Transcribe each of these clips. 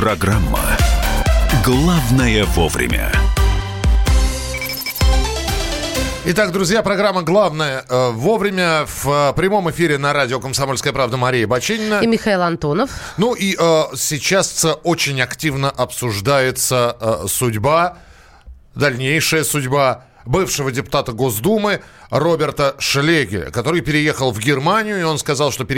Программа «Главное вовремя». Итак, друзья, программа «Главное вовремя» в прямом эфире на радио «Комсомольская правда» Мария Баченина. И Михаил Антонов. Ну и сейчас очень активно обсуждается дальнейшая судьба бывшего депутата Госдумы Роберта Шлегеля, который переехал в Германию, и он сказал, что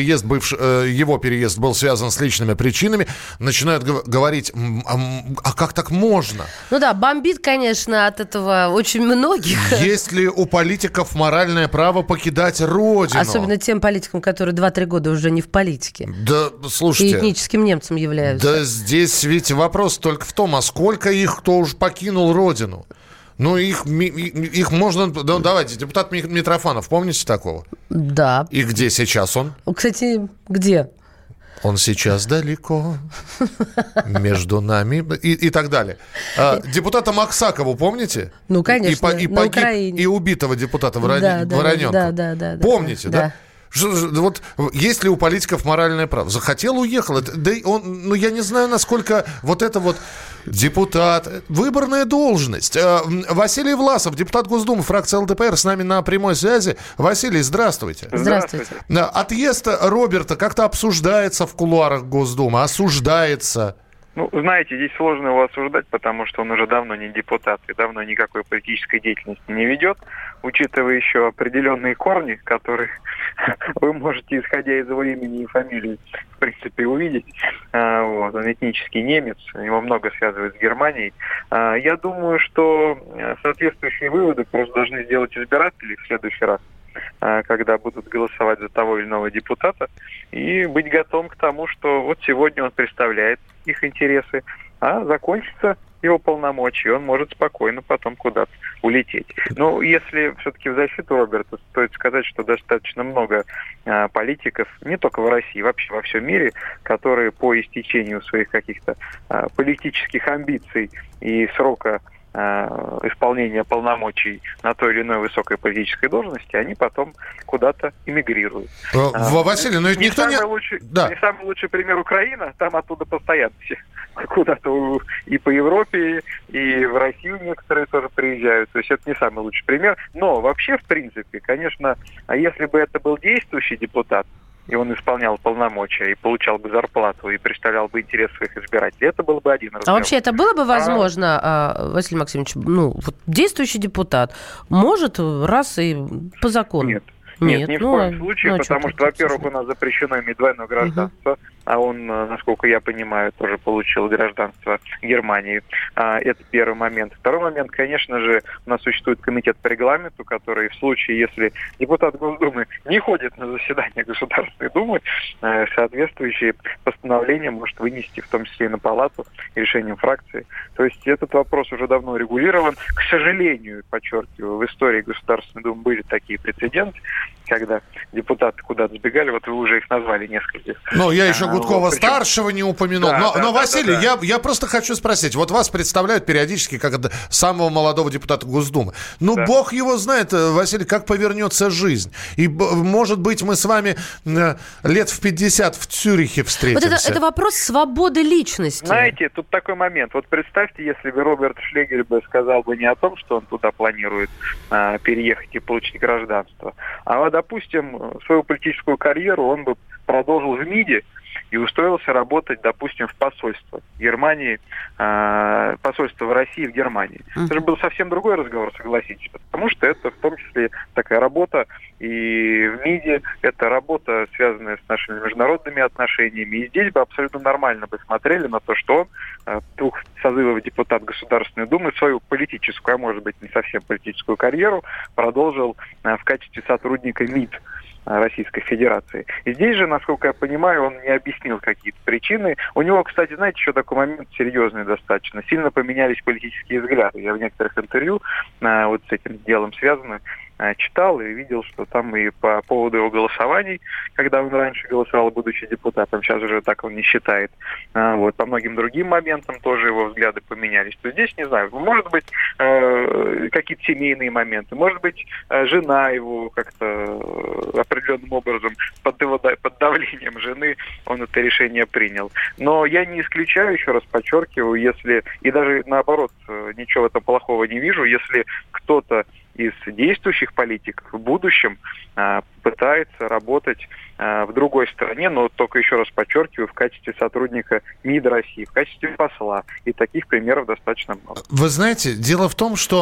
его переезд был связан с личными причинами. Начинают говорить, а как так можно? Ну да, бомбит, конечно, от этого очень многих. Есть ли у политиков моральное право покидать родину? Особенно тем политикам, которые 2-3 года уже не в политике. Да, слушайте. И этническим немцем являются. Да здесь ведь вопрос только в том, а сколько их, кто уже покинул родину? Ну, их можно... Ну, давайте, депутат Митрофанов, помните такого? Да. И где сейчас он? Кстати, где? Он сейчас далеко, между нами и так далее. Депутата Максакову помните? Ну, конечно, на Украине. И убитого депутата Вороненко. Да. Помните, да? Вот есть ли у политиков моральное право? Захотел, уехал. Да он, я не знаю, насколько вот это вот депутат, выборная должность. Василий Власов, депутат Госдумы, фракция ЛДПР, с нами на прямой связи. Василий, здравствуйте. Здравствуйте. Отъезд Роберта как-то обсуждается в кулуарах Госдумы, осуждается. Ну, знаете, здесь сложно его осуждать, потому что он уже давно не депутат и давно никакой политической деятельности не ведет, учитывая еще определенные корни, которые вы можете, исходя из его имени и фамилии, в принципе, увидеть. Вот, он этнический немец, его много связывает с Германией. Я думаю, что соответствующие выводы просто должны сделать избиратели в следующий раз, когда будут голосовать за того или иного депутата, и быть готовым к тому, что вот сегодня он представляет их интересы, а закончится его полномочия, он может спокойно потом куда-то улететь. Но если все-таки в защиту Роберта, стоит сказать, что достаточно много политиков, не только в России, вообще во всем мире, которые по истечению своих каких-то политических амбиций и срока исполнения полномочий на той или иной высокой политической должности, они потом куда-то эмигрируют. Василий, но ведь никто не... Не самый лучший пример Украина, там оттуда постоянно все куда-то и по Европе, и в Россию некоторые тоже приезжают. То есть это не самый лучший пример. Но вообще, в принципе, конечно, если бы это был действующий депутат, и он исполнял полномочия, и получал бы зарплату, и представлял бы интерес своих избирателей, это был бы один разговор. А вообще это было бы возможно, Василий Максимович, вот действующий депутат может раз и по закону? Нет, ни в коем случае, потому что, во-первых, у нас запрещено иметь двойное гражданство, а он, насколько я понимаю, тоже получил гражданство Германии. Это первый момент. Второй момент, конечно же, у нас существует комитет по регламенту, который в случае, если депутат Госдумы не ходит на заседание Государственной Думы, соответствующие постановления может вынести, в том числе и на палату, решением фракции. То есть этот вопрос уже давно регулирован. К сожалению, подчеркиваю, в истории Государственной Думы были такие прецеденты, когда депутаты куда-то сбегали, вот вы уже их назвали нескольких. Ну, я еще Гудкова-старшего не упомянул. Но Василий, я просто хочу спросить. Вот вас представляют периодически как самого молодого депутата Госдумы. Бог его знает, Василий, как повернется жизнь. И, может быть, мы с вами лет в 50 в Цюрихе встретимся. Вот это вопрос свободы личности. Знаете, тут такой момент. Вот представьте, если бы Роберт Шлегель сказал бы не о том, что он туда планирует переехать и получить гражданство, а, допустим, свою политическую карьеру он бы продолжил в МИДе и устроился работать, допустим, в посольство Германии, посольство в России в Германии. Это же был совсем другой разговор, согласитесь, потому что это в том числе такая работа и в МИДе, это работа, связанная с нашими международными отношениями. И здесь бы абсолютно нормально бы смотрели на то, что он, 2 созывов депутат Государственной Думы, свою политическую, а может быть не совсем политическую карьеру продолжил в качестве сотрудника МИД Российской Федерации. И здесь же, насколько я понимаю, он не объяснил какие-то причины. У него, кстати, знаете, еще такой момент серьезный достаточно. Сильно поменялись политические взгляды. Я в некоторых интервью вот с этим делом связаны читал и видел, что там и по поводу его голосований, когда он раньше голосовал, будучи депутатом, сейчас уже так он не считает, вот, по многим другим моментам тоже его взгляды поменялись, то здесь, не знаю, может быть, какие-то семейные моменты, может быть, жена его как-то определенным образом под давлением жены он это решение принял. Но я не исключаю, еще раз подчеркиваю, если, и даже наоборот, ничего в этом плохого не вижу, если кто-то из действующих политиков в будущем пытается работать в другой стране, но только еще раз подчеркиваю, в качестве сотрудника МИД России, в качестве посла. И таких примеров достаточно много. Вы знаете, дело в том, что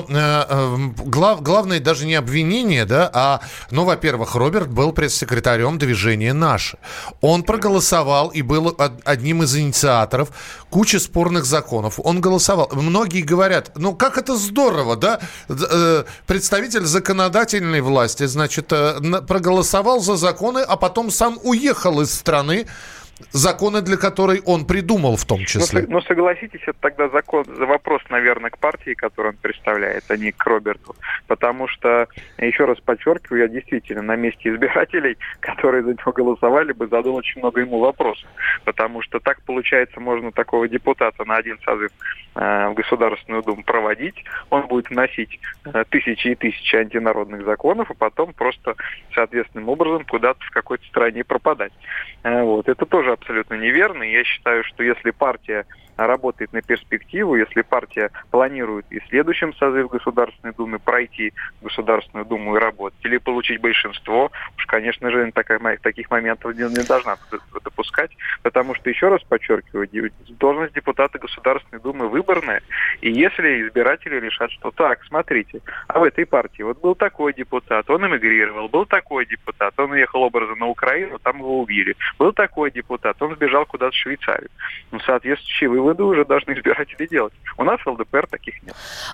главное даже не обвинение, да, во-первых, Роберт был пресс-секретарем движения «Наше». Он проголосовал и был одним из инициаторов кучи спорных законов. Он голосовал. Многие говорят, как это здорово, да, представитель законодательной власти, значит, проголосовал за законы, а потом сам уехал из страны, законы для которой он придумал в том числе. Но согласитесь, это тогда вопрос, наверное, к партии, которую он представляет, а не к Роберту. Потому что, еще раз подчеркиваю, я действительно на месте избирателей, которые за него голосовали бы, задал очень много ему вопросов. Потому что так, получается, можно такого депутата на один созыв в Государственную Думу проводить. Он будет вносить тысячи и тысячи антинародных законов, а потом просто соответственным образом куда-то в какой-то стране пропадать. Вот. Это тоже абсолютно неверно. Я считаю, что если партия работает на перспективу, если партия планирует и в следующем созыве Государственной Думы пройти Государственную Думу и работать, или получить большинство, уж, конечно же, таких моментов не должна допускать, потому что, еще раз подчеркиваю, должность депутата Государственной Думы выборная, и если избиратели решат, что так, смотрите, а в этой партии вот был такой депутат, он эмигрировал, был такой депутат, он уехал образом на Украину, там его убили, был такой депутат, он сбежал куда-то в Швейцарию. Соответствующие выводы уже должны избиратели делать. У нас в ЛДПР таких нет.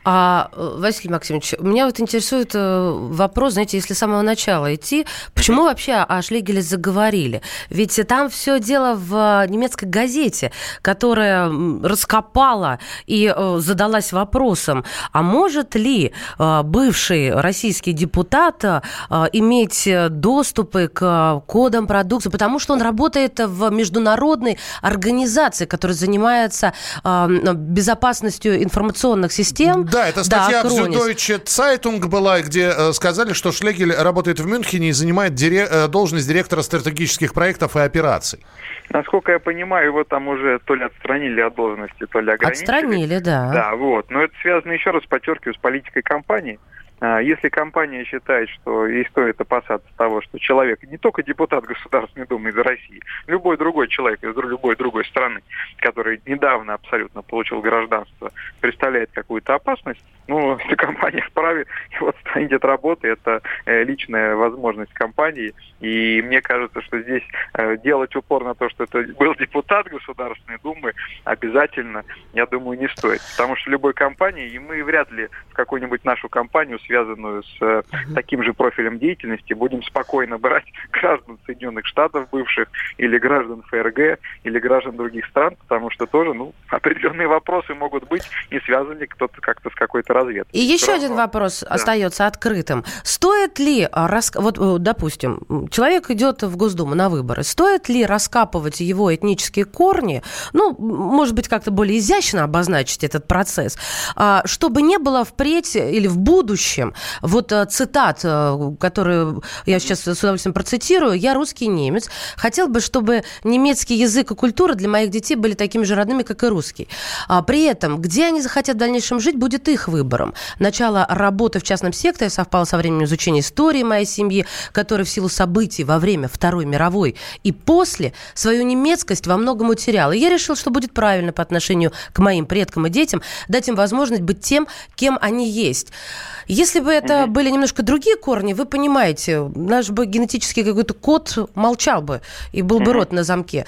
Василий Максимович, меня вот интересует вопрос, знаете, если с самого начала идти, почему вообще о Шлегеле заговорили? Ведь там все дело в немецкой газете, которая раскопала и задалась вопросом, а может ли бывший российский депутат иметь доступы к кодам продукции, потому что он работает в международной организации, которая занимается безопасностью информационных систем. Да, это статья в Süddeutsche Zeitung была, где сказали, что Шлегель работает в Мюнхене и занимает должность директора стратегических проектов и операций. Насколько я понимаю, его там уже то ли отстранили от должности, то ли ограничили. Отстранили, да. Да, вот. Но это связано, еще раз подчеркиваю, с политикой компании. Если компания считает, что ей стоит опасаться того, что человек, не только депутат Государственной Думы из России, любой другой человек из любой другой страны, который недавно абсолютно получил гражданство, представляет какую-то опасность, если компания вправе его отстранить от работы, это личная возможность компании. И мне кажется, что здесь делать упор на то, что это был депутат Государственной Думы, обязательно, я думаю, не стоит. Потому что любой компании, и мы вряд ли в какую-нибудь нашу компанию, связанную с таким же профилем деятельности, будем спокойно брать граждан Соединенных Штатов бывших, или граждан ФРГ, или граждан других стран, потому что тоже, определенные вопросы могут быть, не связаны кто-то как-то с какой-то разведкой. И еще один вопрос остается открытым. Стоит ли, допустим, человек идет в Госдуму на выборы, стоит ли раскапывать его этнические корни, может быть, как-то более изящно обозначить этот процесс, чтобы не было впредь или в будущем цитат, которые я сейчас с удовольствием процитирую. Я русский немец. Хотел бы, чтобы немецкий язык и культура для моих детей были такими же родными, как и русский. При этом, где они захотят в дальнейшем жить, будет их выбором. Начало работы в частном секторе совпало со временем изучения истории моей семьи, которая в силу событий во время Второй мировой и после свою немецкость во многом утеряла. И я решил, что будет правильно по отношению к моим предкам и детям дать им возможность быть тем, кем они есть. Если бы это были немножко другие корни, вы понимаете, наш бы генетический какой-то код молчал бы и был бы рот на замке.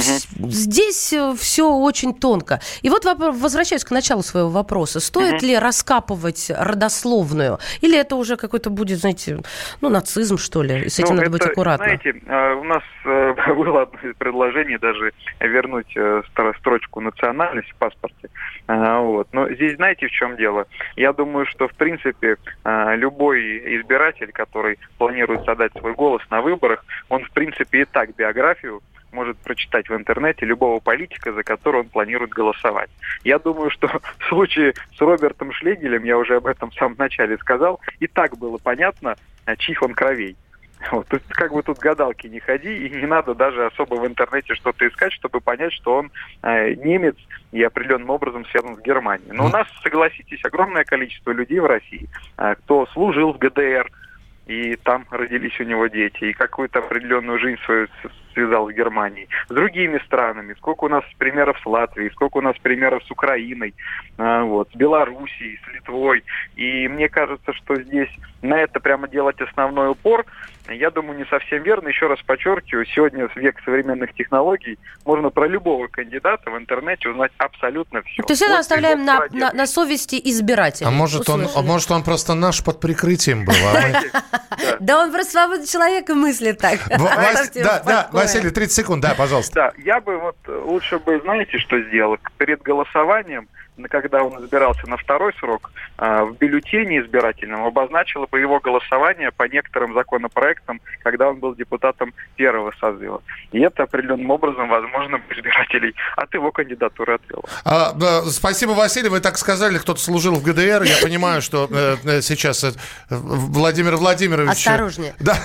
Здесь все очень тонко. И вот возвращаюсь к началу своего вопроса. Стоит ли раскапывать родословную? Или это уже какой-то будет, знаете, нацизм, что ли? И с этим надо быть аккуратно. Знаете, у нас было одно из предложений даже вернуть строчку национальность в паспорте. Но здесь знаете, в чем дело? Я думаю, что, в принципе, любой избиратель, который планирует отдать свой голос на выборах, он, в принципе, и так биографию может прочитать в интернете любого политика, за которого он планирует голосовать. Я думаю, что в случае с Робертом Шлегелем, я уже об этом в самом начале сказал, и так было понятно, чьих он кровей. Вот, то есть как бы тут гадалки не ходи, и не надо даже особо в интернете что-то искать, чтобы понять, что он немец и определенным образом связан с Германией. Но у нас, согласитесь, огромное количество людей в России, кто служил в ГДР, и там родились у него дети, и какую-то определенную жизнь свою связал с Германией, с другими странами. Сколько у нас примеров с Латвией, сколько у нас примеров с Украиной, с Белоруссией, с Литвой. И мне кажется, что здесь на это прямо делать основной упор, я думаю, не совсем верно. Еще раз подчеркиваю, сегодня в век современных технологий можно про любого кандидата в интернете узнать абсолютно все. То есть это оставляем на совести избирателей. А может он просто наш под прикрытием был? Да он просто свободный человек и мыслит так. Да, Василий, 30 секунд, да, пожалуйста. Да, я бы лучше бы, знаете, что сделал? Перед голосованием, когда он избирался на второй срок, в бюллетене избирательном обозначило бы его голосование по некоторым законопроектам, когда он был депутатом первого созыва. И это определенным образом, возможно, избирателей от его кандидатуры отвело. Спасибо, Василий. Вы так сказали, кто-то служил в ГДР. Я понимаю, что сейчас Владимир Владимирович... Осторожнее. Да,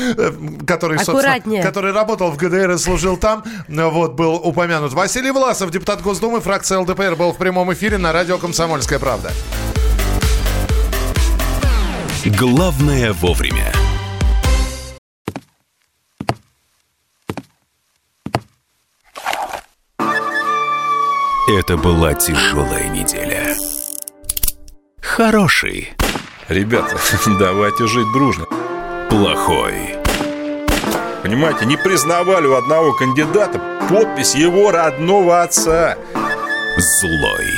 который работал в ГДР и служил там, был упомянут. Василий Власов, депутат Госдумы, фракция ЛДПР, был в прямом эфире на радио «Комсомольская правда». Главное вовремя. Это была тяжелая неделя. Хороший. Ребята, давайте жить дружно. Плохой. Понимаете, не признавали у одного кандидата подпись его родного отца. Злой.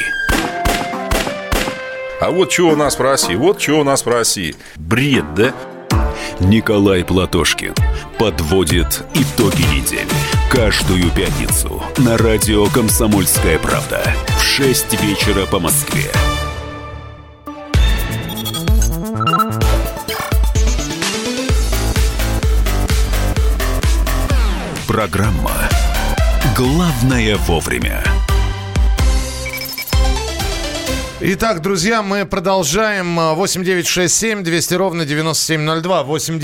А вот что у нас в России, Бред, да? Николай Платошкин подводит итоги недели. Каждую пятницу на радио «Комсомольская правда» в 6 вечера по Москве. Программа «Главное вовремя». Итак, друзья, мы продолжаем. 8-967-200-97-02.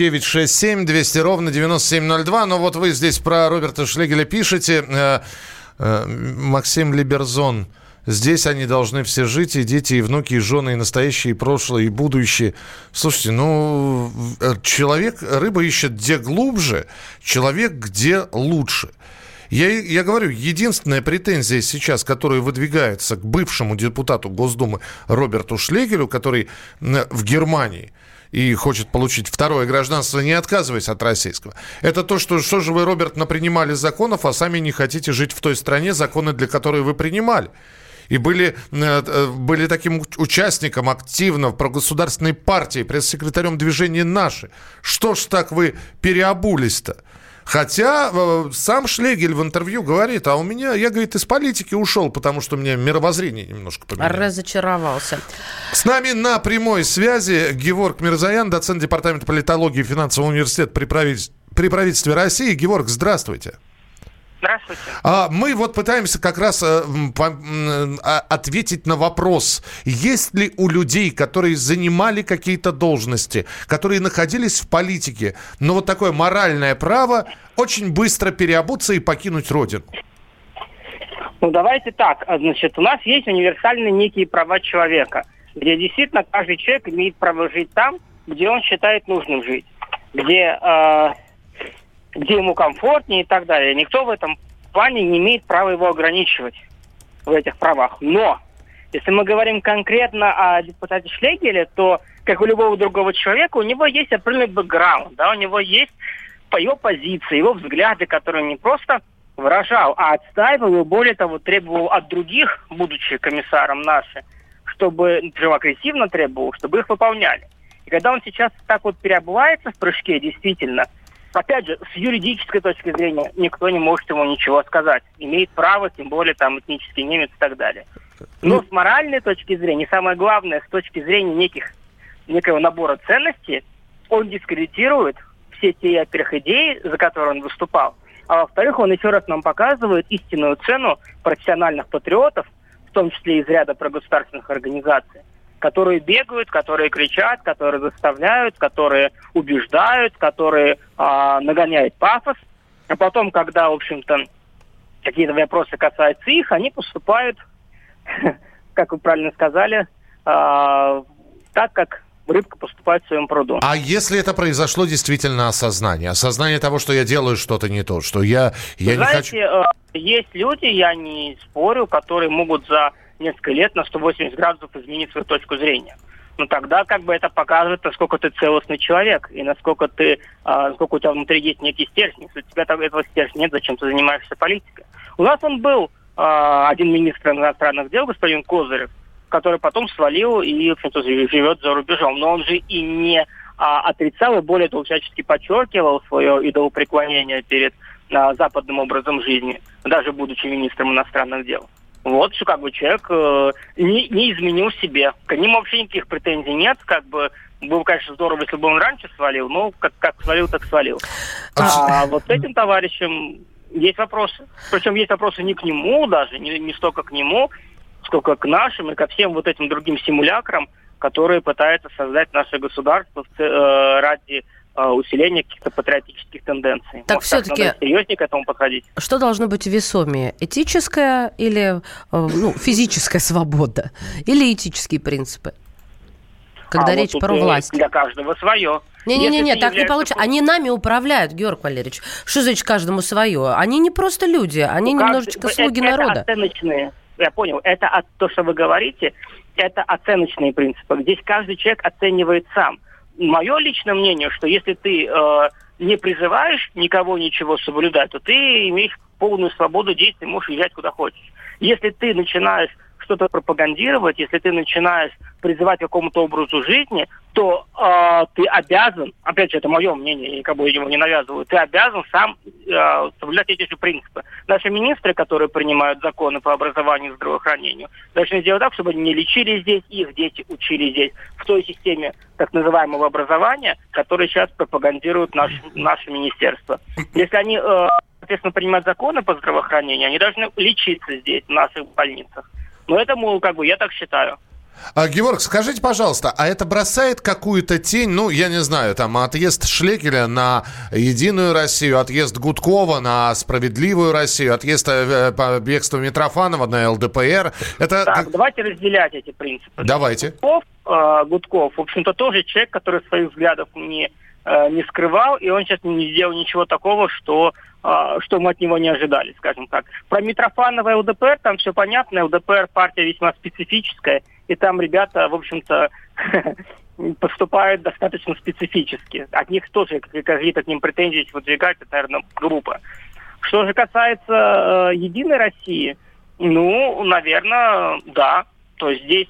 8-967-200-97-02. Но вот вы здесь про Роберта Шлегеля пишете. Максим Либерзон. Здесь они должны все жить, и дети, и внуки, и жены, и настоящие, и прошлое, и будущее. Слушайте, человек, рыба ищет где глубже, человек где лучше. Я говорю, единственная претензия сейчас, которая выдвигается к бывшему депутату Госдумы Роберту Шлегелю, который в Германии и хочет получить второе гражданство, не отказываясь от российского, это то, что же вы, Роберт, напринимали законов, а сами не хотите жить в той стране, законы для которой вы принимали. И были таким участником активно в прогосударственной партии, пресс-секретарем движения «Наши». Что ж так вы переобулись-то? Хотя сам Шлегель в интервью говорит, я, говорит, из политики ушел, потому что у меня мировоззрение немножко поменялось. Разочаровался. С нами на прямой связи Геворг Мирзоян, доцент департамента политологии и финансового университета при правительстве России. Геворг, здравствуйте. Здравствуйте. Мы пытаемся как раз ответить на вопрос, есть ли у людей, которые занимали какие-то должности, которые находились в политике, но такое моральное право очень быстро переобуться и покинуть родину? Давайте так. Значит, у нас есть универсальные некие права человека, где действительно каждый человек имеет право жить там, где он считает нужным жить, где ему комфортнее и так далее. Никто в этом плане не имеет права его ограничивать в этих правах. Но, если мы говорим конкретно о депутате Шлегеле, то, как у любого другого человека, у него есть определенный бэкграунд, да, у него есть его позиции, его взгляды, которые он не просто выражал, а отстаивал и, более того, требовал от других, будучи комиссаром НАСА, агрессивно требовал, чтобы их выполняли. И когда он сейчас так переобувается в прыжке, действительно, опять же, с юридической точки зрения никто не может ему ничего сказать. Имеет право, тем более этнический немец и так далее. Но с моральной точки зрения, самое главное, с точки зрения неких некого набора ценностей, он дискредитирует все те, во-первых, идеи, за которые он выступал, а во-вторых, он еще раз нам показывает истинную цену профессиональных патриотов, в том числе из ряда прогосударственных организаций, которые бегают, которые кричат, которые заставляют, которые убеждают, которые нагоняют пафос, а потом, когда, в общем-то, какие-то вопросы касаются их, они поступают, как вы правильно сказали, так, как рыбка поступает в своем пруду. А если это произошло действительно осознание того, что я делаю что-то не то, что я не хочу... Есть люди, я не спорю, которые могут за несколько лет на 180 градусов изменить свою точку зрения. Но тогда как бы это показывает, насколько ты целостный человек и насколько у тебя внутри есть некий стержень. Если у тебя этого стержня нет, зачем ты занимаешься политикой? У нас он был один министр иностранных дел, господин Козырев, который потом свалил и, в общем-то, живет за рубежом. Но он же и не отрицал, и более того, всячески подчеркивал свое идолопреклонение перед западным образом жизни, даже будучи министром иностранных дел. Вот, что как бы человек не изменил себе. К нему вообще никаких претензий нет. Как бы было, конечно, здорово, если бы он раньше свалил, но как свалил, так свалил. А вот этим товарищам есть вопросы. Причем есть вопросы не к нему даже, не столько к нему, сколько к нашим и ко всем вот этим другим симулякрам, которые пытаются создать наше государство ради усиления каких-то патриотических тенденций. Так все-таки надо серьезнее к этому подходить. Что должно быть весомее? Этическая или физическая свобода? Или этические принципы? Когда речь про власть. Для каждого свое. Не-не-не, так не получится. Они нами управляют, Георг Валерьевич. Что значит каждому свое? Они не просто люди, они немножечко слуги народа. Это оценочные. Я понял. Это то, что вы говорите, это оценочные принципы. Здесь каждый человек оценивает сам. Мое личное мнение, что если ты не призываешь никого ничего соблюдать, то ты имеешь полную свободу действий, можешь езжать куда хочешь. Если ты начинаешь что-то пропагандировать, если ты начинаешь призывать к какому-то образу жизни, то ты обязан, опять же, это мое мнение, я никому его не навязываю, ты обязан сам соблюдать эти же принципы. Наши министры, которые принимают законы по образованию и здравоохранению, должны сделать так, чтобы они не лечили здесь, их дети учили здесь, в той системе так называемого образования, которую сейчас пропагандирует наше министерство. Если они, соответственно, принимают законы по здравоохранению, они должны лечиться здесь, в наших больницах. Но это, как бы, я так считаю. Георг, скажите, пожалуйста, а это бросает какую-то тень, я не знаю, там, отъезд Шлекеля на Единую Россию, отъезд Гудкова на Справедливую Россию, отъезд бегства Митрофанова на ЛДПР? Так, давайте разделять эти принципы. Давайте. Гудков, в общем-то, тоже человек, который своих взглядов не скрывал, и он сейчас не сделал ничего такого, что мы от него не ожидали, скажем так. Про Митрофанова и ЛДПР там все понятно. ЛДПР партия весьма специфическая, и там ребята, в общем-то, поступают достаточно специфически. От них тоже какие-то к ним претензии выдвигать, это, наверное, глупо. Что же касается Единой России, наверное, да. То есть здесь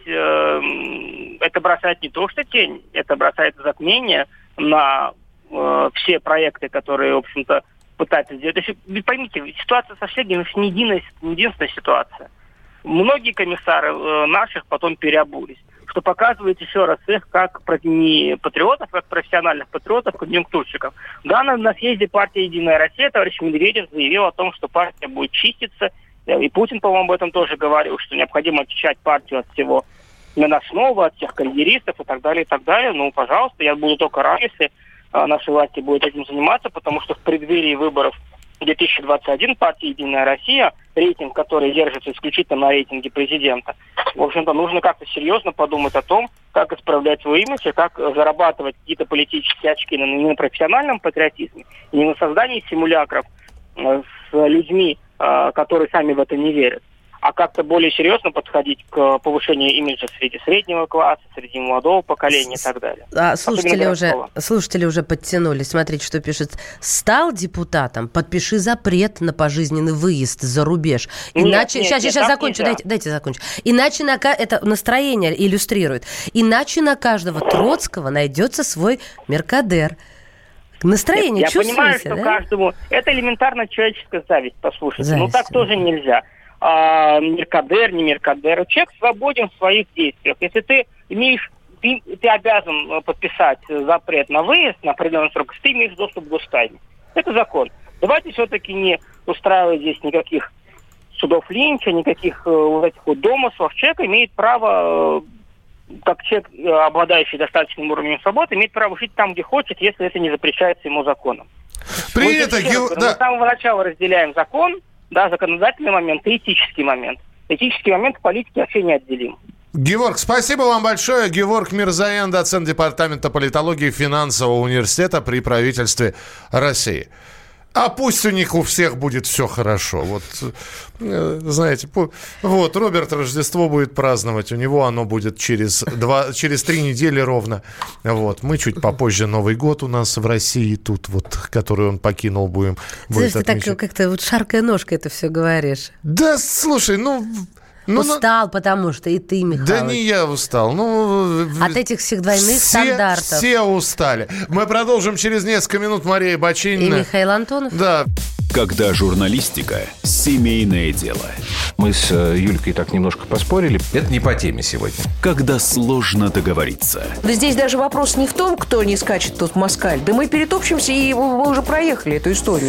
это бросает не то что тень, это бросает затмение на все проекты, которые, в общем-то, пытаются сделать. Вы поймите, ситуация со Швегиным не единственная ситуация. Многие комиссары наших потом переобулись, что показывает еще раз их как не патриотов, как профессиональных патриотов, конъюнктурщиков. Да, на съезде партии «Единая Россия» товарищ Медведев заявил о том, что партия будет чиститься. И Путин, по-моему, об этом тоже говорил, что необходимо очищать партию от всего наносного, от всех карьеристов и так далее, и так далее. Пожалуйста, я буду только рад, если наши власти будут этим заниматься, потому что в преддверии выборов 2021 партии «Единая Россия», рейтинг, который держится исключительно на рейтинге президента, в общем-то, нужно как-то серьезно подумать о том, как исправлять свой имидж и как зарабатывать какие-то политические очки не на профессиональном патриотизме, не на создании симулякров с людьми, которые сами в это не верят, а как-то более серьезно подходить к повышению имиджа среди среднего класса, среди молодого поколения и так далее. Слушатели уже подтянулись. Смотрите, что пишет. Стал депутатом, подпиши запрет на пожизненный выезд за рубеж. Иначе... Сейчас закончу, дайте закончу. Иначе это настроение иллюстрирует. Иначе на каждого Троцкого найдется свой Меркадер. Настроение я чувствуете, понимаю, что каждому... Это элементарно человеческая зависть, послушайте. Так тоже нельзя. Меркадер, не Меркадер. Человек свободен в своих действиях. Если ты ты обязан подписать запрет на выезд на определенный срок, если ты имеешь доступ к гостайне. Это закон. Давайте все-таки не устраивать здесь никаких судов Линча, никаких вот этих вот домыслов. Человек имеет право, как человек, обладающий достаточным уровнем свободы, имеет право жить там, где хочет, если это не запрещается ему законом. Мы с самого начала разделяем закон, да, законодательный момент и этический момент. Этический момент в политике вообще неотделим. Геворг, спасибо вам большое. Геворг Мирзоян, доцент департамента политологии финансового университета при правительстве России. А пусть у них у всех будет все хорошо. Вот, знаете, вот Роберт Рождество будет праздновать. У него оно будет через 3 недели ровно. Вот. Мы чуть попозже Новый год у нас в России тут, вот, который он покинул, будет отмечать. Ты так как-то вот шаркая ножкой это все говоришь. Да, слушай, устал, потому что и ты, Михаил. Да не я устал. От этих всех двойных стандартов. Все устали. Мы продолжим через несколько минут. Мария Бачинина. И Михаил Антонов. Да. Когда журналистика – семейное дело. Мы с Юлькой так немножко поспорили. Это не по теме сегодня. Когда сложно договориться. Да здесь даже вопрос не в том, кто не скачет тут в москаль. Да мы перетопчемся, и мы уже проехали эту историю.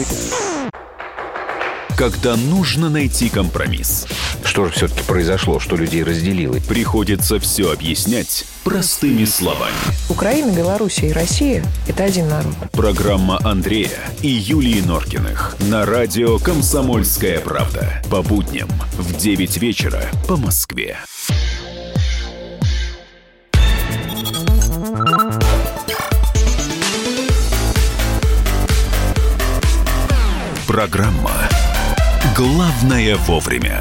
Когда нужно найти компромисс. Что же все-таки произошло, что людей разделило? Приходится все объяснять простыми словами. Украина, Белоруссия и Россия – это один народ. Программа Андрея и Юлии Норкиных на радио «Комсомольская правда». По будням в 9 вечера по Москве. Программа «Главное вовремя».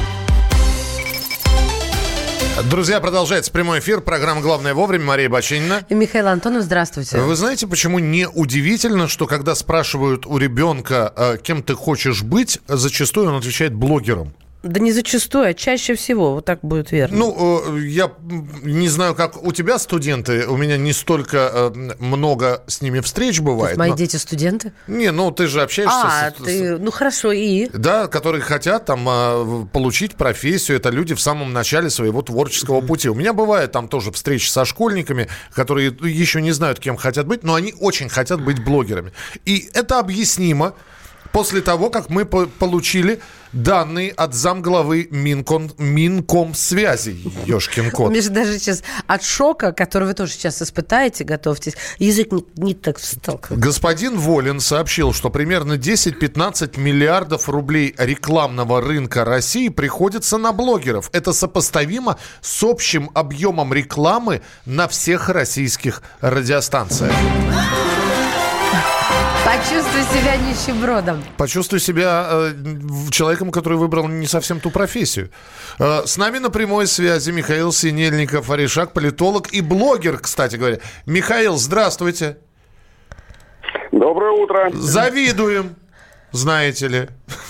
Друзья, продолжается прямой эфир. Программа «Главное вовремя». Мария Бачинина. И Михаил Антонов, здравствуйте. Вы знаете, почему не удивительно, что когда спрашивают у ребенка, кем ты хочешь быть, зачастую он отвечает блогером? Да не зачастую, а чаще всего. Вот так будет верно. Я не знаю, как у тебя студенты. У меня не столько много с ними встреч бывает. Мои дети студенты? Не, ты же общаешься хорошо, и? Да, которые хотят там получить профессию. Это люди в самом начале своего творческого пути. У меня бывает там тоже встречи со школьниками, которые еще не знают, кем хотят быть, но они очень хотят быть блогерами. И это объяснимо после того, как мы получили данные от замглавы Минкомсвязи. Ёшкин кот. Мне же даже сейчас от шока, который вы тоже сейчас испытаете, готовьтесь, язык не так встал. Господин Волин сообщил, что примерно 10-15 миллиардов рублей рекламного рынка России приходится на блогеров. Это сопоставимо с общим объемом рекламы на всех российских радиостанциях. Почувствуй себя нищебродом. Почувствуй себя человеком, который выбрал не совсем ту профессию. С нами на прямой связи Михаил Синельников-Аришак, политолог и блогер, кстати говоря. Михаил, здравствуйте. Доброе утро. Завидуем, знаете ли.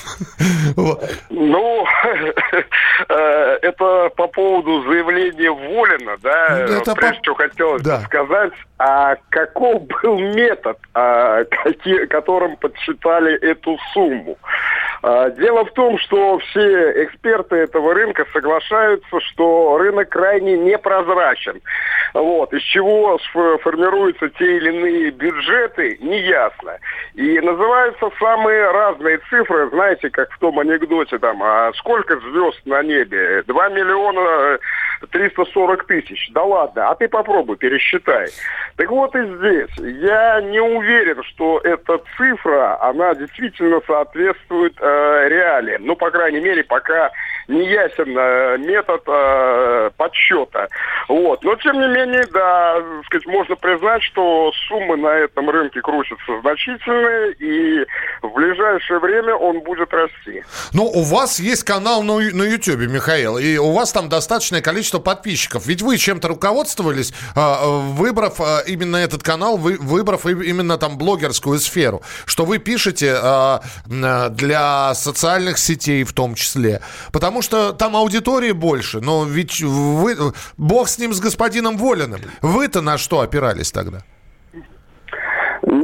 Это по поводу заявления Волина, да, прежде всего хотелось сказать, а каков был метод, которым подсчитали эту сумму. Дело в том, что все эксперты этого рынка соглашаются, что рынок крайне непрозрачен. Из чего формируются те или иные бюджеты, неясно. И называются самые разные цифры, знаете, как в том анекдоте, а сколько звезд на небе? 2 миллиона 340 тысяч. Да ладно, а ты попробуй, пересчитай. Так вот и здесь. Я не уверен, что эта цифра, она действительно соответствует реалиям. По крайней мере, пока не ясен метод подсчета. Но, тем не менее, можно признать, что суммы на этом рынке крутятся значительные, и в ближайшее время он будет расти. У вас есть канал на YouTube, Михаил, и у вас там достаточное количество подписчиков. Ведь вы чем-то руководствовались, выбрав именно этот канал, выбрав именно там блогерскую сферу, что вы пишете для социальных сетей в том числе. Потому что там аудитории больше, но ведь вы, бог с ним, с господином Волиным. Вы-то на что опирались тогда?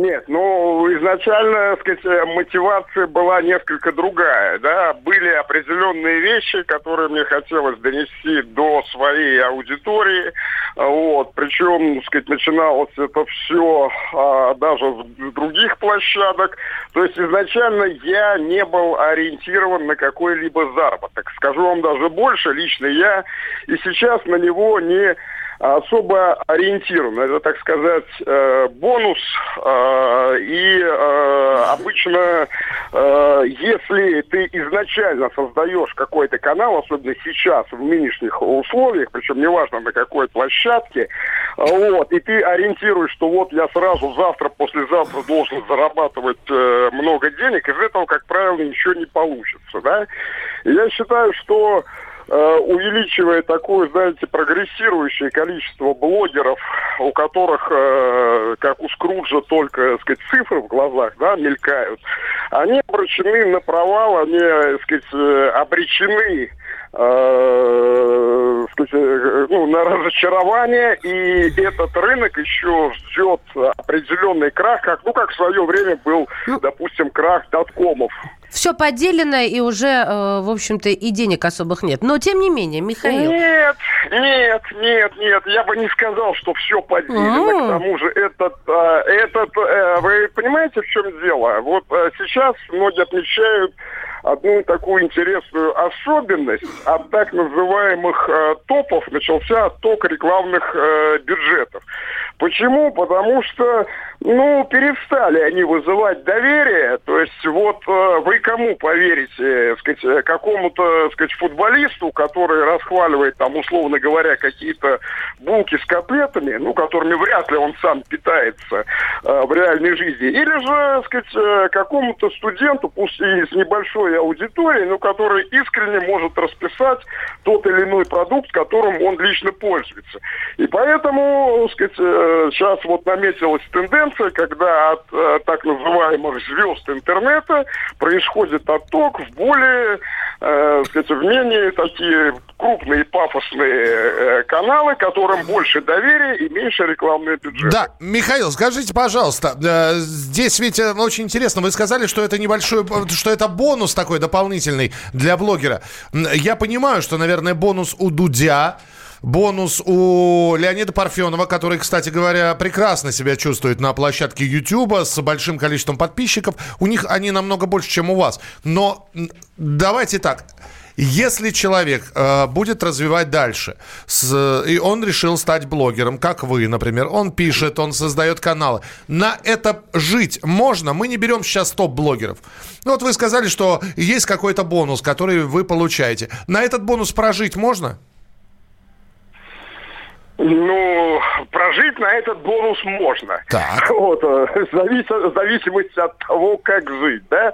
Нет, изначально, так сказать, мотивация была несколько другая, да, были определенные вещи, которые мне хотелось донести до своей аудитории, вот, причем, так сказать, начиналось это все даже с других площадок, то есть изначально я не был ориентирован на какой-либо заработок, скажу вам даже больше, лично я и сейчас на него не особо ориентирован. Это, так сказать, бонус. И обычно, если ты изначально создаешь какой-то канал, особенно сейчас, в нынешних условиях, причем неважно на какой площадке, вот, и ты ориентируешь, что вот я сразу завтра, послезавтра должен зарабатывать много денег, из этого, как правило, ничего не получится. Да? И я считаю, что увеличивая такое, знаете, прогрессирующее количество блогеров, у которых, как у Скруджа, только, так сказать, цифры в глазах, да, мелькают, они обречены на провал, они, так сказать, обречены на разочарование, и этот рынок еще ждет определенный крах, как в свое время был, допустим, крах доткомов. Все поделено, и уже, в общем-то, и денег особых нет. Но, тем не менее, Михаил... Нет, я бы не сказал, что все поделено. К тому же, вы понимаете, в чем дело? Вот сейчас многие отмечают одну такую интересную особенность. От так называемых топов начался отток рекламных бюджетов. Почему? Потому что, перестали они вызывать доверие. То есть, вы кому поверите? Сказать, какому-то, сказать, футболисту, который расхваливает, там, условно говоря, какие-то булки с котлетами, которыми вряд ли он сам питается в реальной жизни. Или же, сказать, какому-то студенту, пусть и с небольшой аудиторией, который искренне может расписать тот или иной продукт, которым он лично пользуется. И поэтому, сказать, сейчас наметилась тенденция, когда от так называемых звезд интернета происходит отток в более, сказать, в менее такие крупные пафосные каналы, которым больше доверия и меньше рекламные бюджеты. Да, Михаил, скажите, пожалуйста, здесь ведь очень интересно, вы сказали, что это небольшой, что это бонус такой дополнительный для блогера. Я понимаю, что, наверное, бонус у Дудя, бонус у Леонида Парфенова, который, кстати говоря, прекрасно себя чувствует на площадке Ютуба с большим количеством подписчиков. У них они намного больше, чем у вас. Но давайте так. Если человек будет развивать дальше, и он решил стать блогером, как вы, например, он пишет, он создает каналы, на это жить можно? Мы не берем сейчас топ-блогеров. Вы сказали, что есть какой-то бонус, который вы получаете. На этот бонус прожить можно? Прожить на этот бонус можно. Так. В зависимости от того, как жить, да.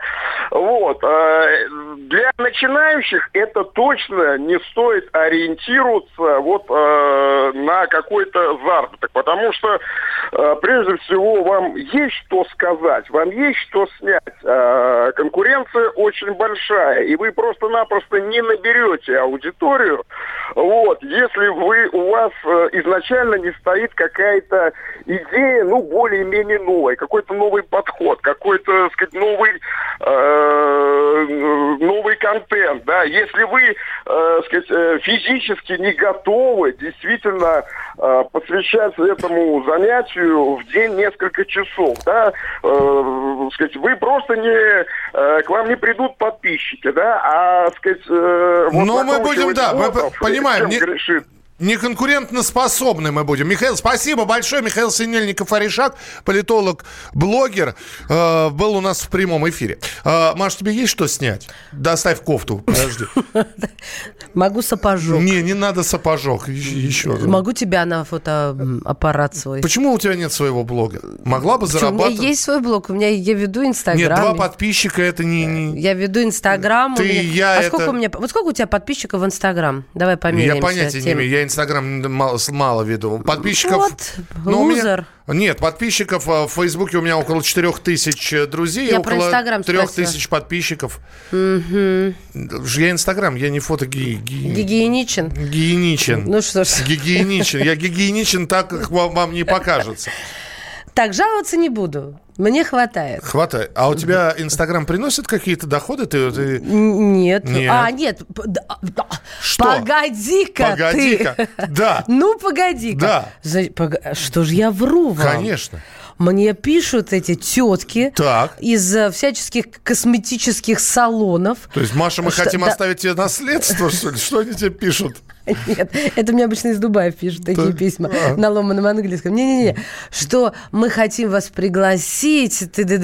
Для начинающих это точно не стоит ориентироваться на какой-то заработок, потому что прежде всего вам есть что сказать, вам есть что снять. Конкуренция очень большая, и вы просто-напросто не наберете аудиторию, если у вас изначально не стоит какая-то идея, более-менее новая, какой-то новый подход, какой-то, так сказать, новый контент, да. Если вы, так сказать, физически не готовы действительно посвящать этому занятию в день несколько часов, да, так сказать, вы просто к вам не придут подписчики, да, а, так сказать, мы будем, мы понимаем, не конкурентоспособны мы будем. Михаил, спасибо большое. Михаил Синельников-Аришак, политолог, блогер, был у нас в прямом эфире. Маш, тебе есть что снять? Доставь кофту, подожди. Могу сапожок. Не надо сапожок. Еще. Могу тебя на фотоаппарат свой. Почему у тебя нет своего блога? Могла бы зарабатывать. У меня есть свой блог, я веду Инстаграм. Нет, 2 подписчика, это не... Я веду Инстаграм. Сколько у меня... сколько у тебя подписчиков в Инстаграм? Давай померяемся. Я понятия не имею, я Инстаграм мало веду. Подписчиков... лузер. Нет, подписчиков в Фейсбуке у меня около 4000 друзей, я около 3000 подписчиков. Угу. Я Инстаграм, я не Гигиеничен? Гигиеничен. Ну что ж. Гигиеничен. Я гигиеничен так, как вам не покажется. Так, жаловаться не буду. Мне хватает. Хватает. А у тебя Инстаграм приносит какие-то доходы? Ты... Нет. Нет. Нет. Что? Погоди-ка ты. Да. Ну, погоди-ка. Да. Что ж я вру вам? Конечно. Мне пишут эти тетки из всяческих косметических салонов. То есть, Маша, мы хотим оставить тебе наследство, что ли? Что они тебе пишут? Нет, это мне обычно из Дубая пишут такие письма на ломаном английском. Не-не-не, что мы хотим вас пригласить,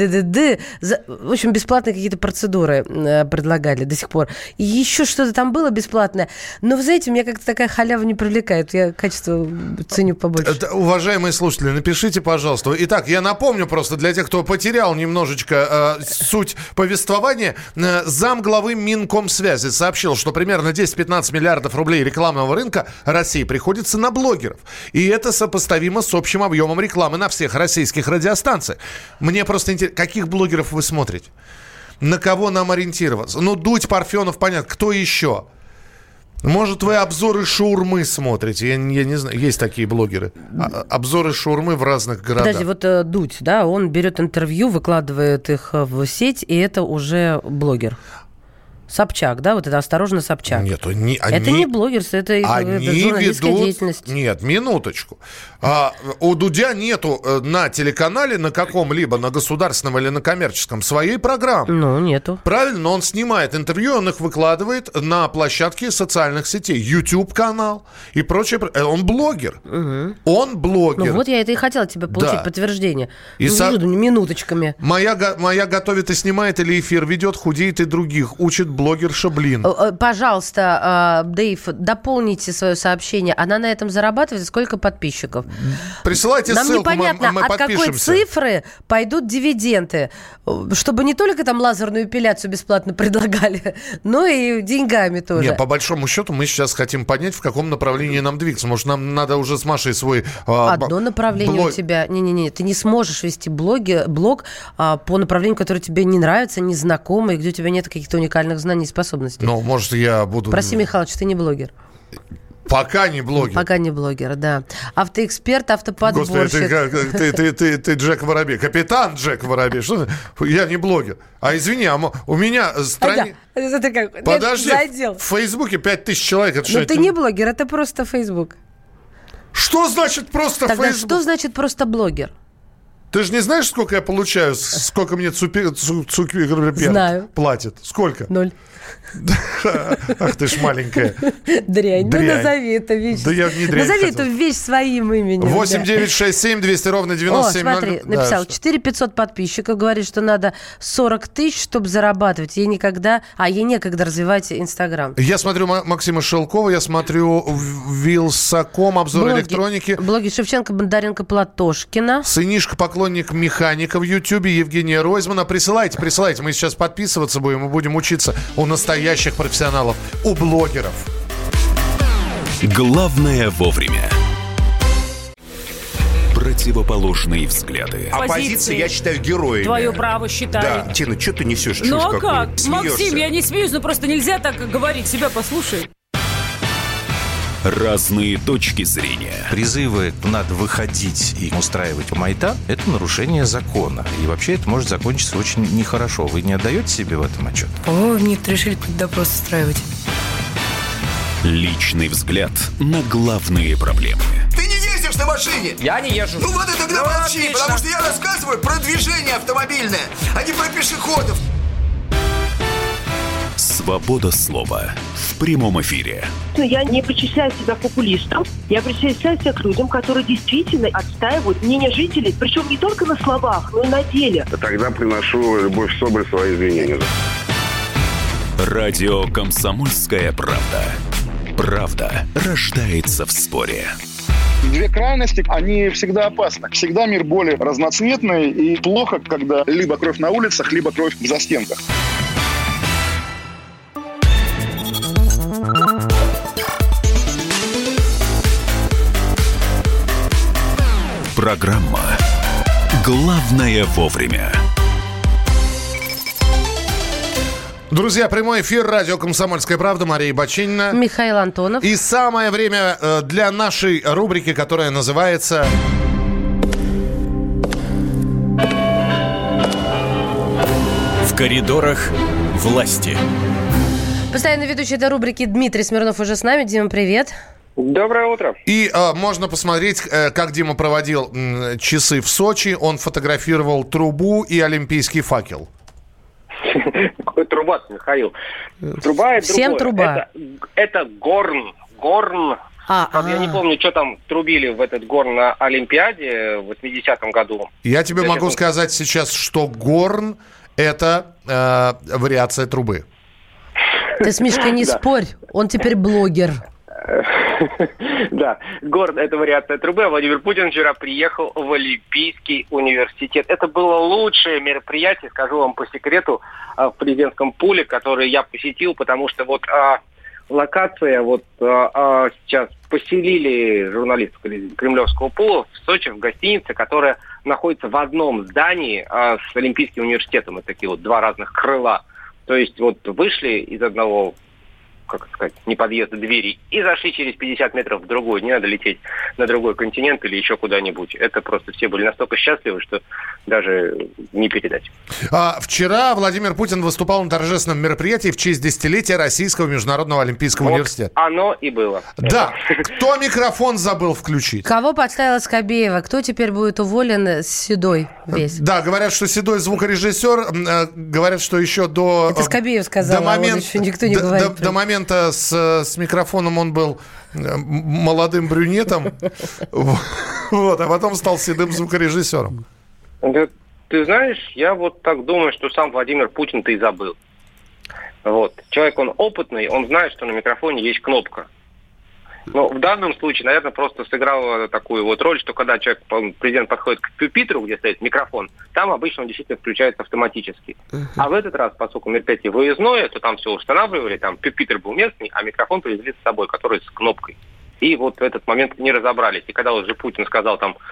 в общем, бесплатные какие-то процедуры предлагали до сих пор. И еще что-то там было бесплатное. Но, вы знаете, меня как-то такая халява не привлекает. Я качество ценю побольше. Уважаемые слушатели, напишите, пожалуйста. Итак, я напомню просто для тех, кто потерял немножечко суть повествования. Замглавы Минкомсвязи сообщил, что примерно 10-15 миллиардов рублей рекламного рынка России приходится на блогеров. И это сопоставимо с общим объемом рекламы на всех российских радиостанциях. Мне просто интересно, каких блогеров вы смотрите? На кого нам ориентироваться? Ну, Дудь, Парфенов, понятно. Кто еще? Может, вы обзоры шаурмы смотрите? Я не знаю, есть такие блогеры. Обзоры шаурмы в разных городах. Подожди, вот Дудь, да, он берет интервью, выкладывает их в сеть, и это уже блогер. Собчак, да, вот это «Осторожно, Собчак». Нет, это не блогерство, это журналистская деятельность. Нет, минуточку. У Дудя нету на телеканале, на каком-либо, на государственном или на коммерческом, своей программы. Ну, нету. Правильно, но он снимает интервью, он их выкладывает на площадке социальных сетей. YouTube-канал и прочее. Он блогер. Угу. Он блогер. Ну, вот я это и хотела от тебя получить, подтверждение. И минуточками. Моя готовит и снимает или эфир ведет, худеет и других, учит блогерша Блин. Пожалуйста, Дэйв, дополните свое сообщение. Она на этом зарабатывает? Сколько подписчиков? Присылайте нам ссылку, непонятно, мы от подпишемся. какой цифры пойдут дивиденды. Чтобы не только там лазерную эпиляцию бесплатно предлагали, но и деньгами тоже. Нет, по большому счету мы сейчас хотим понять, в каком направлении нам двигаться. Может, нам надо уже с Машей свой... Одно направление у тебя. Не-не-не, ты не сможешь вести блог по направлению, которое тебе не нравится, незнакомое, где у тебя нет каких-то уникальных знаний и способностей. Ну, может, я буду... Прости, Михалыч, ты не блогер. Пока не блогер. Пока не блогер, да. Автоэксперт, автоподборщик. Господи, ты Джек Воробей. Капитан Джек Воробей. Что ты? Я не блогер. А извини, у меня страница... Подожди, в Фейсбуке 5000 человек. Но ты не блогер, это просто Фейсбук. Что значит просто Фейсбук? Тогда Фейсбук? Что значит просто блогер? Ты же не знаешь, сколько я получаю, сколько мне Знаю. платит? Сколько? 0. Ах ты ж маленькая. Дрянь. Ну, назови эту вещь. Да я не дрянь Назови эту вещь своим именем. 8-967-200-97-0. О, смотри, написал, 4500 подписчиков, говорит, что надо 40 тысяч, чтобы зарабатывать. Ей некогда развивать Инстаграм. Я смотрю Максима Шелкова, я смотрю Вилсаком, обзор электроники. Блоги Шевченко, Бондаренко, Платошкина. Сынишка, поклонник механика в Ютьюбе, Евгения Ройзмана. Присылайте. Мы сейчас подписываться будем, мы будем учиться у настоящих профессионалов, у блогеров. Главное вовремя. Противоположные взгляды. Оппозиция, я считаю, героями. Твое право считаю. Да. Тина, что ты несешь? Ну а как? Максим, я не смеюсь, но просто нельзя так говорить. Себя послушай. Разные точки зрения. Призывы «надо выходить и устраивать Майдан» — это нарушение закона. И вообще это может закончиться очень нехорошо. Вы не отдаете себе в этом отчет? Нет, решили допрос устраивать. Личный взгляд на главные проблемы. Ты не ездишь на машине? Я не езжу. Ну вот и тогда молчи, отлично. Потому что я рассказываю про движение автомобильное, а не про пешеходов. Свобода слова в прямом эфире. Я не причисляю себя к популистам. Я причисляю себя к людям, которые действительно отстаивают мнение жителей. Причем не только на словах, но и на деле. Тогда приношу Любовь Соболь свои извинения. Радио «Комсомольская правда». Правда рождается в споре. Две крайности, они всегда опасны. Всегда мир более разноцветный, и плохо, когда либо кровь на улицах, либо кровь в застенках. Программа «Главное вовремя». Друзья, прямой эфир, радио «Комсомольская правда», Мария Бачинина. Михаил Антонов. И самое время для нашей рубрики, которая называется коридорах власти. Постоянно ведущий этой рубрики Дмитрий Смирнов уже с нами. Дима, привет. Доброе утро. И можно посмотреть, как Дима проводил часы в Сочи. Он фотографировал трубу и олимпийский факел. Какой труба, Михаил? Труба и всем другое. Труба. Это горн. Я не помню, что там трубили в этот горн на Олимпиаде в 80-м году. Я тебе могу сказать сейчас, что горн – это вариация трубы. Ты с Мишкой не спорь, он теперь блогер. Да, горн – это вариация трубы. А Владимир Путин вчера приехал в Олимпийский университет. Это было лучшее мероприятие, скажу вам по секрету, в президентском пуле, которое я посетил, потому что локация, сейчас поселили журналистов Кремлевского пула в Сочи, в гостинице, которая находится в одном здании с Олимпийским университетом. Это такие два разных крыла. То есть вышли из одного, не подъезда двери, и зашли через 50 метров в другую. Не надо лететь на другой континент или еще куда-нибудь. Это просто все были настолько счастливы, что даже не передать. Вчера Владимир Путин выступал на торжественном мероприятии в честь десятилетия Российского международного олимпийского университета. Оно и было. Да. Кто микрофон забыл включить? Кого подставила Скобеева? Кто теперь будет уволен с Седой весь? Да, говорят, что Седой звукорежиссер. Говорят, что еще до... Это Скобеев сказал, еще никто не говорит. До момента с микрофоном он был молодым брюнетом, а потом стал седым звукорежиссером. Да, ты знаешь, я так думаю, что сам Владимир Путин-то и забыл. Человек, он опытный, он знает, что на микрофоне есть кнопка. Но в данном случае, наверное, просто сыграла такую роль, что когда президент подходит к пюпитру, где стоит микрофон, там обычно он действительно включается автоматически. А в этот раз, поскольку мероприятие выездное, то там все устанавливали, там пюпитр был местный, а микрофон привезли с собой, который с кнопкой. И в этот момент не разобрались. И когда уже Путин сказал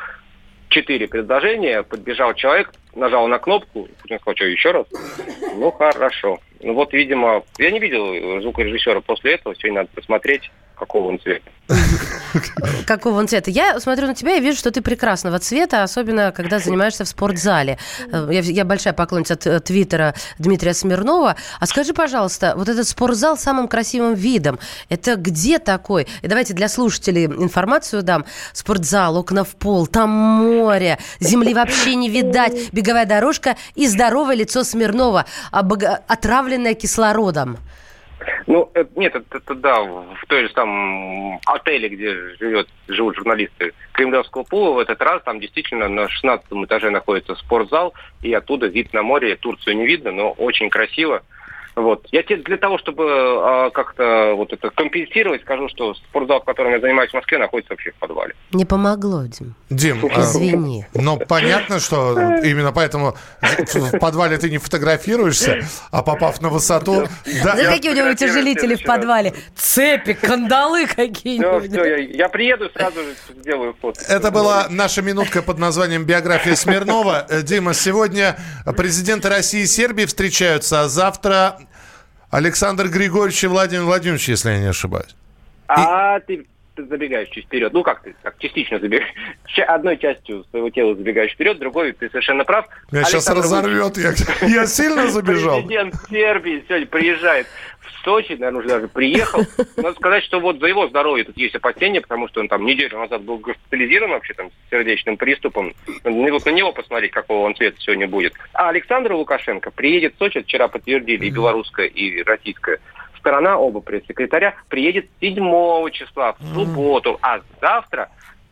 4 предложения, подбежал человек, нажал на кнопку, и Путин сказал, что, еще раз? Ну, хорошо. Видимо, я не видел звукорежиссера после этого, сегодня надо посмотреть, какого он цвета. Какого он цвета? Я смотрю на тебя и вижу, что ты прекрасного цвета, особенно когда занимаешься в спортзале. Я большая поклонница твиттера Дмитрия Смирнова. А скажи, пожалуйста, этот спортзал с самым красивым видом, это где такой? И давайте для слушателей информацию дам. Спортзал, окна в пол, там море, земли вообще не видать, беговая дорожка и здоровое лицо Смирнова, отравленное кислородом. Нет, это да, в той же самом отеле, где живут журналисты Кремлевского пула, в этот раз там действительно на 16-м этаже находится спортзал, и оттуда вид на море, Турцию не видно, но очень красиво. Я тебе для того, чтобы как-то это компенсировать, скажу, что спортзал, в котором я занимаюсь в Москве, находится вообще в подвале. Не помогло, Дим. Извини. Но понятно, что именно поэтому в подвале ты не фотографируешься, а попав на высоту... Какие у него утяжелители в подвале? Цепи, кандалы какие-нибудь. Все, я приеду, сразу же сделаю фото. Это была наша минутка под названием «Биография Смирнова». Дима, сегодня президенты России и Сербии встречаются, а завтра... Александр Григорьевич и Владимир Владимирович, если я не ошибаюсь. Ты забегаешь чуть вперед. Так частично забегаешь. Одной частью своего тела забегаешь вперед, другой ты совершенно прав. Меня сейчас разорвет. Я сильно забежал. Президент Сербии сегодня приезжает в Сочи, наверное, уже даже приехал. Надо сказать, что за его здоровье тут есть опасения, потому что он неделю назад был госпитализирован вообще с сердечным приступом. На него посмотреть, какого он цвета сегодня будет. А Александр Лукашенко приедет в Сочи, вчера подтвердили и белорусская, и российская сторона, оба пресс-секретаря, приедет 7 числа, в субботу, а завтра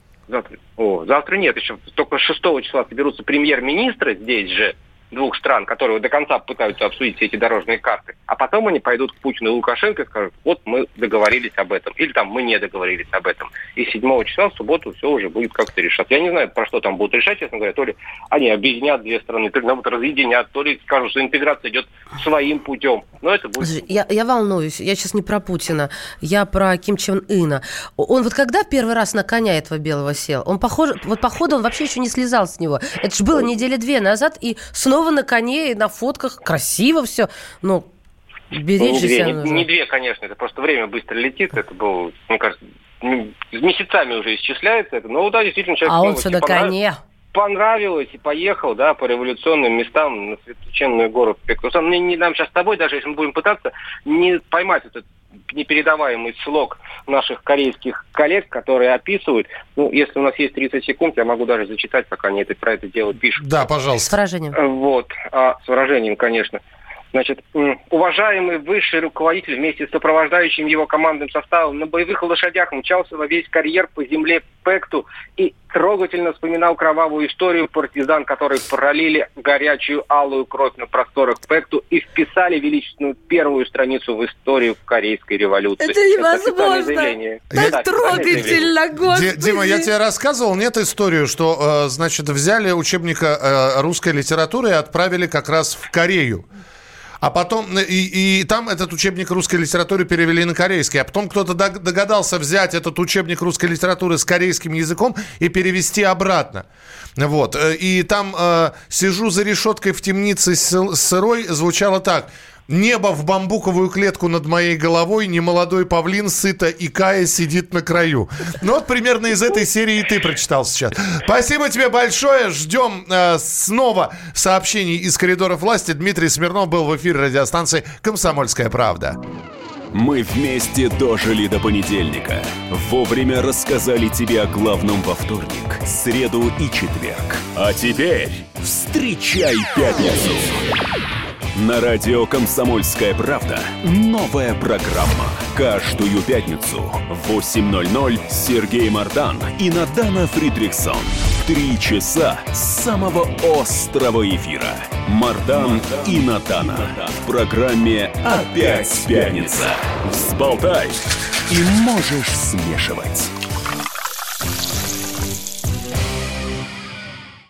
нет, еще только 6 числа соберутся премьер-министры здесь же, 2 стран, которые до конца пытаются обсудить все эти дорожные карты, а потом они пойдут к Путину и Лукашенко и скажут, мы договорились об этом, или мы не договорились об этом. И 7 числа, в субботу, все уже будет как-то решаться. Я не знаю, про что там будут решать, честно говоря, то ли они объединят 2 страны, то ли разъединят, то ли скажут, что интеграция идет своим путем. Но это будет... Слушай, я волнуюсь, я сейчас не про Путина, я про Ким Чен Ына. Он когда первый раз на коня этого белого сел? Он походу он вообще еще не слезал с него. Это же было 2 недели назад, и снова на коне, и на фотках, красиво все. Беречь же себя нужно. Не 2, конечно, это просто время быстро летит. Это было, мне кажется, месяцами уже исчисляется. Это, да, действительно, человек... А он все на коне. понравилось и поехал, да, по революционным местам на священную гору Пектусан. Мне нам сейчас с тобой, даже если мы будем пытаться не поймать этот непередаваемый слог наших корейских коллег, которые описывают. Ну, если у нас есть 30 секунд, я могу даже зачитать, как они про это дело пишут. Да, пожалуйста. С выражением. Вот, с выражением, конечно. Значит, уважаемый высший руководитель вместе с сопровождающим его командным составом на боевых лошадях мчался во весь карьер по земле Пэкту и трогательно вспоминал кровавую историю партизан, которые пролили горячую алую кровь на просторах Пэкту и вписали величественную первую страницу в историю Корейской революции. Это невозможно! Так трогательно, Господи! Дима, я тебе рассказывал, нет, историю, что, значит, взяли учебник русской литературы и отправили как раз в Корею. А потом, и там этот учебник русской литературы перевели на корейский. А потом кто-то догадался взять этот учебник русской литературы с корейским языком и перевести обратно. Вот. И там «Сижу за решеткой в темнице сырой» звучало так. «Небо в бамбуковую клетку над моей головой, немолодой павлин сыто икая сидит на краю». Ну вот примерно из этой серии ты прочитал сейчас. Спасибо тебе большое. Ждем снова сообщений из коридоров власти. Дмитрий Смирнов был в эфире радиостанции «Комсомольская правда». Мы вместе дожили до понедельника. Вовремя рассказали тебе о главном во вторник, среду и четверг. А теперь встречай пятницу. На радио «Комсомольская правда» новая программа. Каждую пятницу в 8:00 Сергей Мардан и Надана Фридрихсон. 3 часа самого острого эфира. Мардан и Надана. В программе «Опять пятница». Взболтай и можешь смешивать.